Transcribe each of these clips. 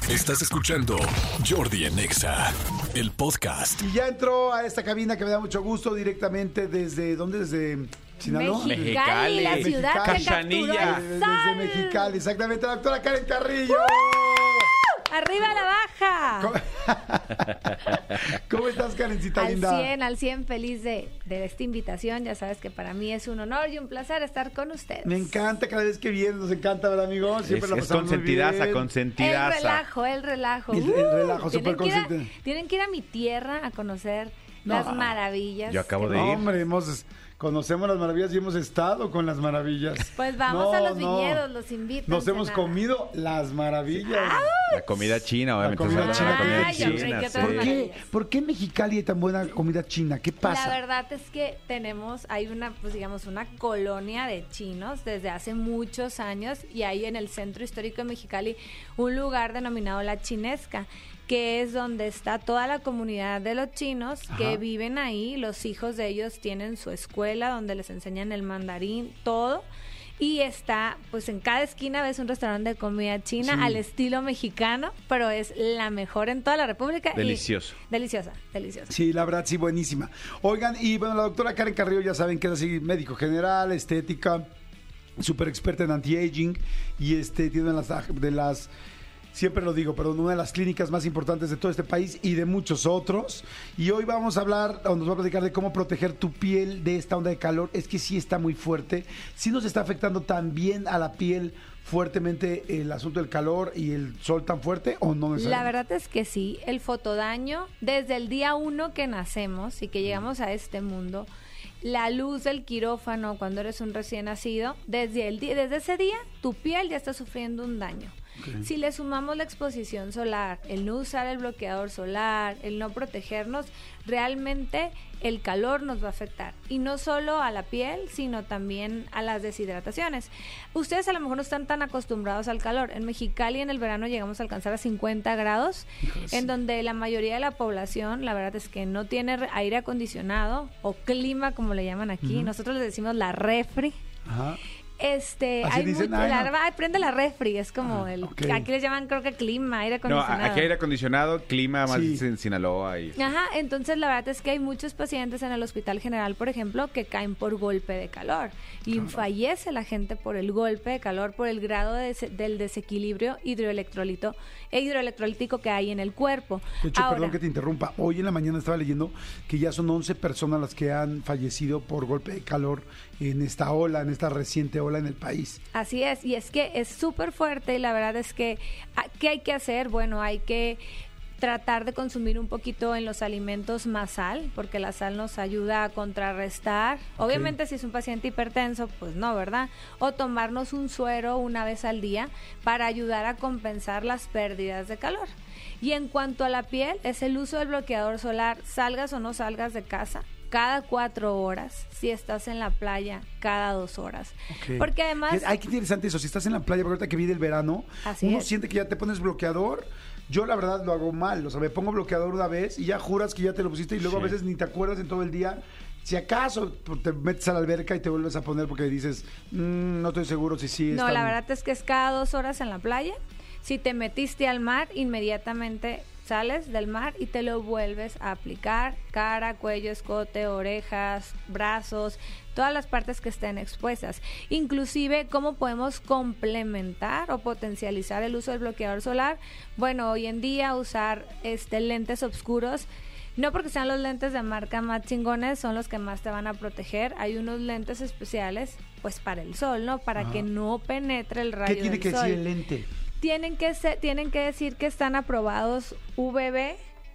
Estás escuchando Jordi en Exa, el podcast. Y ya entró a esta cabina que me da mucho gusto directamente desde... ¿Dónde? Desde Sinaloa. Mexicali, la ciudad que capturó el sol. Desde Mexicali, exactamente. La doctora Karen Carrillo. ¡Arriba la baja! ¿Cómo estás, Karencita linda? Al 100, feliz de esta invitación. Ya sabes que para mí es un honor y un placer estar con ustedes. Me encanta cada vez que vienes, nos encanta, ¿verdad, amigo? Siempre la Es pasamos muy bien. consentidaza. El relajo. El relajo, súper consciente. Tienen que ir a mi tierra a conocer las maravillas. Yo acabo de ir. Hombre, conocemos las maravillas y hemos estado con las maravillas. Pues vamos a los viñedos, los invito. Nos hemos comido las maravillas. La comida china, obviamente. comida china, ¿Por qué en Mexicali hay tan buena comida china? ¿Qué pasa? La verdad es que hay una colonia de chinos desde hace muchos años, y hay en el centro histórico de Mexicali un lugar denominado La Chinesca, que es donde está toda la comunidad de los chinos que viven ahí. Los hijos de ellos tienen su escuela donde les enseñan el mandarín, todo. Y está, pues en cada esquina ves un restaurante de comida china al estilo mexicano, pero es la mejor en toda la República. Delicioso. Deliciosa. Sí, la verdad, sí, buenísima. Oigan, y bueno, la doctora Karen Carrillo, ya saben que es así, médico general, estética, súper experta en anti-aging, y tiene siempre lo digo, pero una de las clínicas más importantes de todo este país y de muchos otros. Y hoy vamos a hablar, nos va a platicar de cómo proteger tu piel de esta onda de calor. Es que sí está muy fuerte, sí nos está afectando también a la piel fuertemente el asunto del calor y el sol tan fuerte, ¿o no necesariamente? La verdad es que sí, el fotodaño, desde el día 1 que nacemos y que llegamos a este mundo, la luz del quirófano cuando eres un recién nacido, desde ese día tu piel ya está sufriendo un daño. Okay. Si le sumamos la exposición solar, el no usar el bloqueador solar, el no protegernos, realmente el calor nos va a afectar. Y no solo a la piel, sino también a las deshidrataciones. Ustedes a lo mejor no están tan acostumbrados al calor. En Mexicali en el verano llegamos a alcanzar a 50 grados, en donde la mayoría de la población, la verdad es que no tiene aire acondicionado o clima, como le llaman aquí. Nosotros le decimos la refri. Ajá. Prende la refri, es como aquí les llaman, creo que clima, aire acondicionado. No, aquí aire acondicionado, clima más en Sinaloa. Entonces la verdad es que hay muchos pacientes en el Hospital General, por ejemplo, que caen por golpe de calor y fallece la gente por el golpe de calor, por el grado del desequilibrio hidroelectrolítico que hay en el cuerpo. De hecho, perdón que te interrumpa, hoy en la mañana estaba leyendo que ya son 11 personas las que han fallecido por golpe de calor en esta reciente ola en el país. Así es, y es que es súper fuerte, y la verdad es que, ¿qué hay que hacer? Bueno, hay que tratar de consumir un poquito en los alimentos más sal, porque la sal nos ayuda a contrarrestar. Obviamente si es un paciente hipertenso, pues no, ¿verdad? O tomarnos un suero una vez al día para ayudar a compensar las pérdidas de calor. Y en cuanto a la piel, es el uso del bloqueador solar, salgas o no salgas de casa, cada 4 horas, si estás en la playa, cada 2 horas. Porque además... Ay, qué interesante eso, si estás en la playa, porque ahorita que viene el verano, uno siente que ya te pones bloqueador. Yo la verdad lo hago mal, o sea, me pongo bloqueador una vez y ya juras que ya te lo pusiste y luego a veces ni te acuerdas en todo el día. Si acaso te metes a la alberca y te vuelves a poner porque dices, no estoy seguro si sí. No, la verdad es que es cada 2 horas en la playa. Si te metiste al mar, inmediatamente sales del mar y te lo vuelves a aplicar, cara, cuello, escote, orejas, brazos, todas las partes que estén expuestas. Inclusive, ¿cómo podemos complementar o potencializar el uso del bloqueador solar? Bueno, hoy en día usar lentes oscuros. No porque sean los lentes de marca más chingones, son los que más te van a proteger. Hay unos lentes especiales, pues para el sol, ¿no? Para que no penetre el rayo del sol. ¿Qué tiene que decir el lente? Tienen que decir que están aprobados UVB,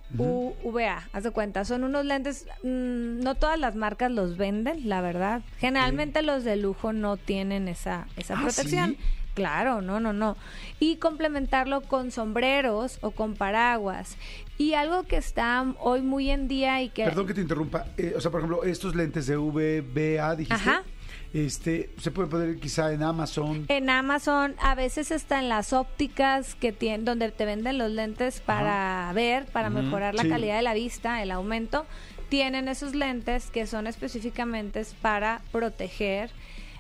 UVA, haz de cuenta. Son unos lentes, no todas las marcas los venden, la verdad. Generalmente los de lujo no tienen esa protección. ¿Sí? Claro, no. Y complementarlo con sombreros o con paraguas. Y algo que está hoy muy en día y que... Perdón que te interrumpa. O sea, por ejemplo, estos lentes de UVA, dijiste. Ajá. Se puede poner quizá en Amazon. En Amazon, a veces está en las ópticas que tienen, donde te venden los lentes para ver, para mejorar la calidad de la vista, el aumento. Tienen esos lentes que son específicamente para proteger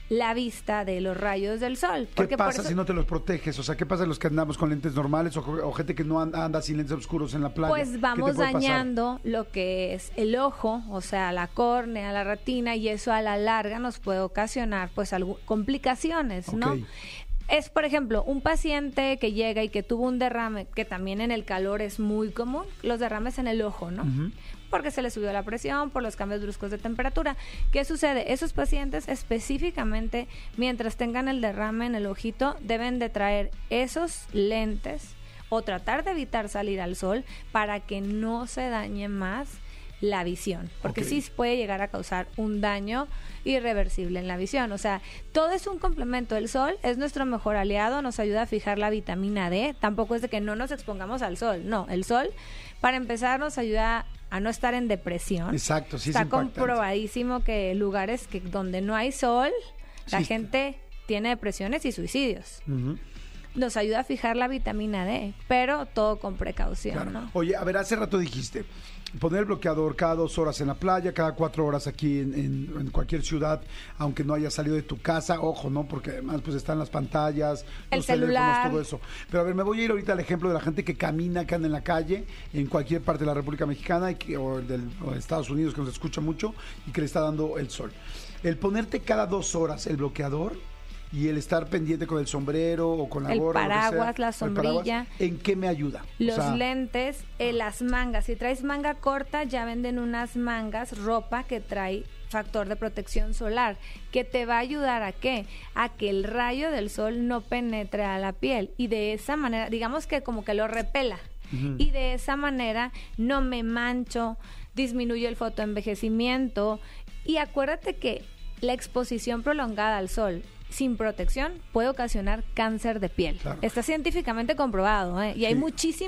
la vista de los rayos del sol. ¿Qué Porque por pasa eso- si no te los proteges? O sea, ¿qué pasa los que andamos con lentes normales o gente que no anda sin lentes oscuros en la playa? Pues ¿Qué te vamos puede pasar? dañando lo que es el ojo, o sea, la córnea, la retina, y eso a la larga nos puede ocasionar pues complicaciones, ¿no? Ok. Es, por ejemplo, un paciente que llega y que tuvo un derrame, que también en el calor es muy común, los derrames en el ojo, ¿no? Porque se le subió la presión, por los cambios bruscos de temperatura. ¿Qué sucede? Esos pacientes específicamente, mientras tengan el derrame en el ojito, deben de traer esos lentes o tratar de evitar salir al sol para que no se dañe más la visión, porque Ok. sí puede llegar a causar un daño irreversible en la visión. O sea, todo es un complemento. El sol es nuestro mejor aliado, nos ayuda a fijar la vitamina D. Tampoco es de que no nos expongamos al sol. No, el sol, para empezar, nos ayuda a no estar en depresión. Exacto, sí, es Está impactante. comprobadísimo que lugares que donde no hay sol, la Sí. gente tiene depresiones y suicidios. Ujú. Nos ayuda a fijar la vitamina D, pero todo con precaución, Claro. ¿no? Oye, a ver, hace rato dijiste, poner el bloqueador cada 2 horas en la playa, cada 4 horas aquí en cualquier ciudad, aunque no hayas salido de tu casa, ojo, ¿no? Porque además pues están las pantallas, El los celular. teléfonos, todo eso. Pero a ver, me voy a ir ahorita al ejemplo de la gente que camina, que anda en la calle, en cualquier parte de la República Mexicana o de Estados Unidos, que nos escucha mucho y que le está dando el sol. El ponerte cada 2 horas el bloqueador y el estar pendiente con el sombrero o con la El gorra, lo que sea, paraguas, la o el paraguas, sombrilla. ¿en qué me ayuda? O Los sea, lentes, las mangas. Si traes manga corta, ya venden unas mangas, ropa que trae factor de protección solar, que te va a ayudar a qué? A que el rayo del sol no penetre a la piel y de esa manera, digamos que como que lo repela. Y de esa manera no me mancho, disminuye el fotoenvejecimiento. Y acuérdate que la exposición prolongada al sol sin protección puede ocasionar cáncer de piel. Claro. Está científicamente comprobado, ¿eh? Y hay Sí.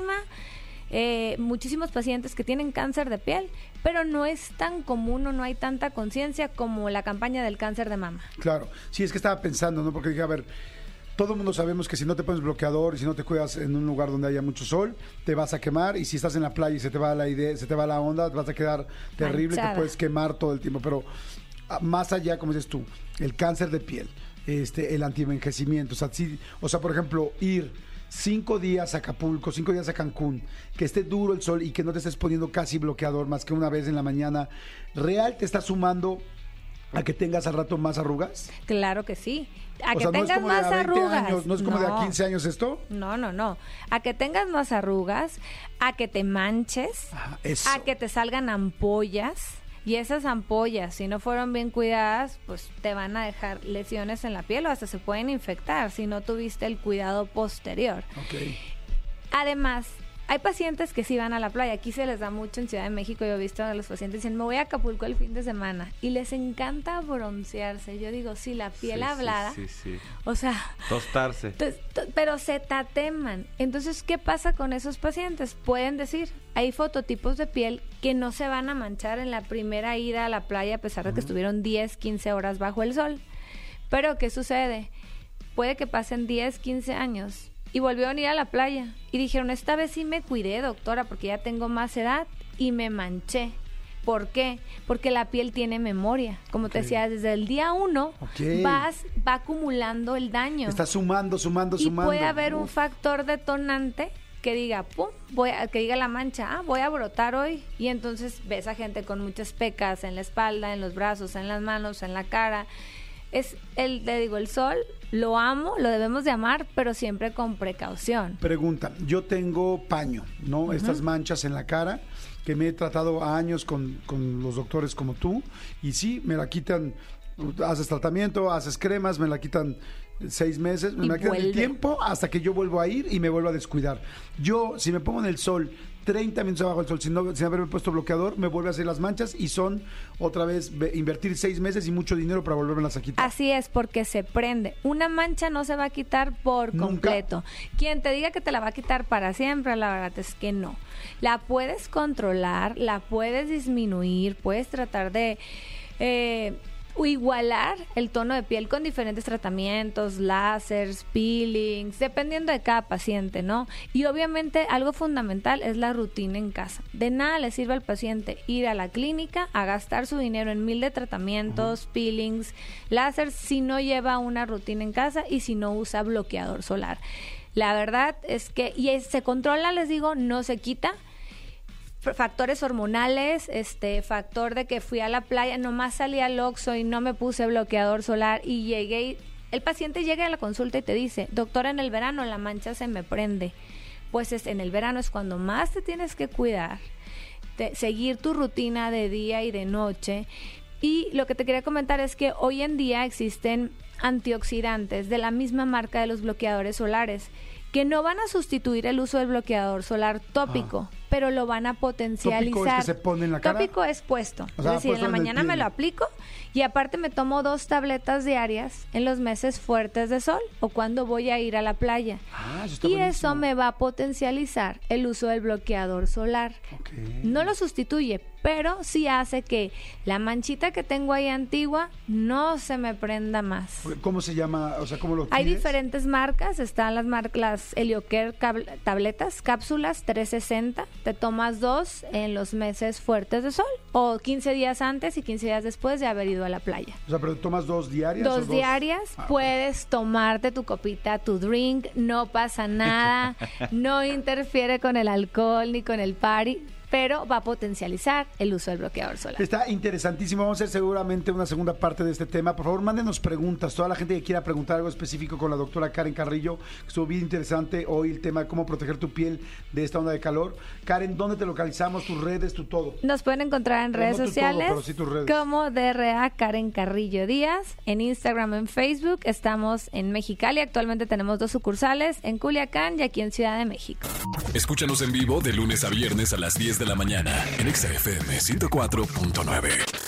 muchísimos pacientes que tienen cáncer de piel, pero no es tan común o no hay tanta conciencia como la campaña del cáncer de mama. Claro, sí, es que estaba pensando, ¿no? Porque dije, a ver, todo el mundo sabemos que si no te pones bloqueador y si no te cuidas en un lugar donde haya mucho sol, te vas a quemar, y si estás en la playa y se te va la idea, se te va la onda, vas a quedar terrible, Manchada. te puedes quemar todo el tiempo. Pero más allá, como dices tú, el cáncer de piel, el antienvejecimiento, o sea, por ejemplo, ir 5 días a Acapulco, 5 días a Cancún, que esté duro el sol y que no te estés poniendo casi bloqueador más que una vez en la mañana, ¿real te está sumando a que tengas al rato más arrugas? Claro que sí. A O que sea, no es tengas como de más a 20 arrugas. años, no es como de a 15 años esto. No. A que tengas más arrugas, a que te manches, Ajá, eso. a que te salgan ampollas. Y esas ampollas, si no fueron bien cuidadas, pues te van a dejar lesiones en la piel o hasta se pueden infectar si no tuviste el cuidado posterior. Ok. Además, hay pacientes que sí van a la playa. Aquí se les da mucho en Ciudad de México. Yo he visto a los pacientes dicen, me voy a Acapulco el fin de semana. Y les encanta broncearse. Yo digo, sí, la piel Sí, hablada. sí. O sea, Tostarse. pero se tateman. Entonces, ¿qué pasa con esos pacientes? Pueden decir, hay fototipos de piel que no se van a manchar en la primera ida a la playa a pesar de que estuvieron 10, 15 horas bajo el sol. Pero, ¿qué sucede? Puede que pasen 10, 15 años y volvieron a ir a la playa y dijeron, esta vez sí me cuidé, doctora, porque ya tengo más edad y me manché. ¿Por qué? Porque la piel tiene memoria. Como te decía, desde el día 1 Ok. va acumulando el daño. Está sumando. Y puede haber un factor detonante que diga, pum, que diga la mancha, voy a brotar hoy. Y entonces ves a gente con muchas pecas en la espalda, en los brazos, en las manos, en la cara. El sol, lo amo, lo debemos de amar, pero siempre con precaución. Pregunta, yo tengo paño, ¿no? Estas manchas en la cara que me he tratado a años con los doctores como tú, y sí, me la quitan, haces tratamiento, haces cremas, me la quitan 6 meses, me Y la quitan el vuelve. tiempo hasta que yo vuelvo a ir y me vuelvo a descuidar. Yo, si me pongo en el sol 30 minutos abajo del sol sin haberme puesto bloqueador, me vuelve a hacer las manchas y son otra vez invertir 6 meses y mucho dinero para volverme a quitar. Así es, porque se prende. Una mancha no se va a quitar por Nunca. completo. Quien te diga que te la va a quitar para siempre, la verdad es que no. La puedes controlar, la puedes disminuir, puedes tratar de o igualar el tono de piel con diferentes tratamientos, láseres, peelings, dependiendo de cada paciente, ¿no? Y obviamente algo fundamental es la rutina en casa. De nada le sirve al paciente ir a la clínica a gastar su dinero en 1000 de tratamientos, peelings, láseres, si no lleva una rutina en casa y si no usa bloqueador solar. La verdad es que, y se controla, les digo, no se quita. Factores hormonales, factor de que fui a la playa, nomás salí al Oxxo y no me puse bloqueador solar y llegué, el paciente llega a la consulta y te dice, doctora, en el verano la mancha se me prende. Pues en el verano es cuando más te tienes que cuidar, seguir tu rutina de día y de noche. Y lo que te quería comentar es que hoy en día existen antioxidantes de la misma marca de los bloqueadores solares, que no van a sustituir el uso del bloqueador solar tópico, pero lo van a potencializar. ¿Tópico es que se pone en la cara? Tópico es puesto. O sea, es decir, en la mañana me lo aplico y aparte me tomo 2 tabletas diarias en los meses fuertes de sol o cuando voy a ir a la playa. Eso está y buenísimo. eso me va a potencializar el uso del bloqueador solar. Okay. No lo sustituye, pero sí hace que la manchita que tengo ahí antigua no se me prenda más. ¿Cómo se llama? O sea, ¿cómo lo Hay pides? diferentes marcas, están las marcas Heliocare tabletas, cápsulas 360, te tomas 2 en los meses fuertes de sol o 15 días antes y 15 días después de haber ido a la playa. O sea, pero tomas 2 diarias. 2 diarias, puedes tomarte tu copita, tu drink, no pasa nada, no interfiere con el alcohol ni con el party, pero va a potencializar el uso del bloqueador solar. Está interesantísimo. Vamos a hacer seguramente una segunda parte de este tema. Por favor, mándenos preguntas. Toda la gente que quiera preguntar algo específico con la doctora Karen Carrillo. Estuvo bien interesante hoy el tema de cómo proteger tu piel de esta onda de calor. Karen, ¿dónde te localizamos? Tus redes, tu todo. Nos pueden encontrar en Pero redes no tu sociales todo, pero sí tus redes. como DRA Karen Carrillo Díaz, en Instagram, en Facebook. Estamos en Mexicali. Actualmente tenemos 2 sucursales, en Culiacán y aquí en Ciudad de México. Escúchanos en vivo de lunes a viernes a las 10 de la mañana en XFM 104.9.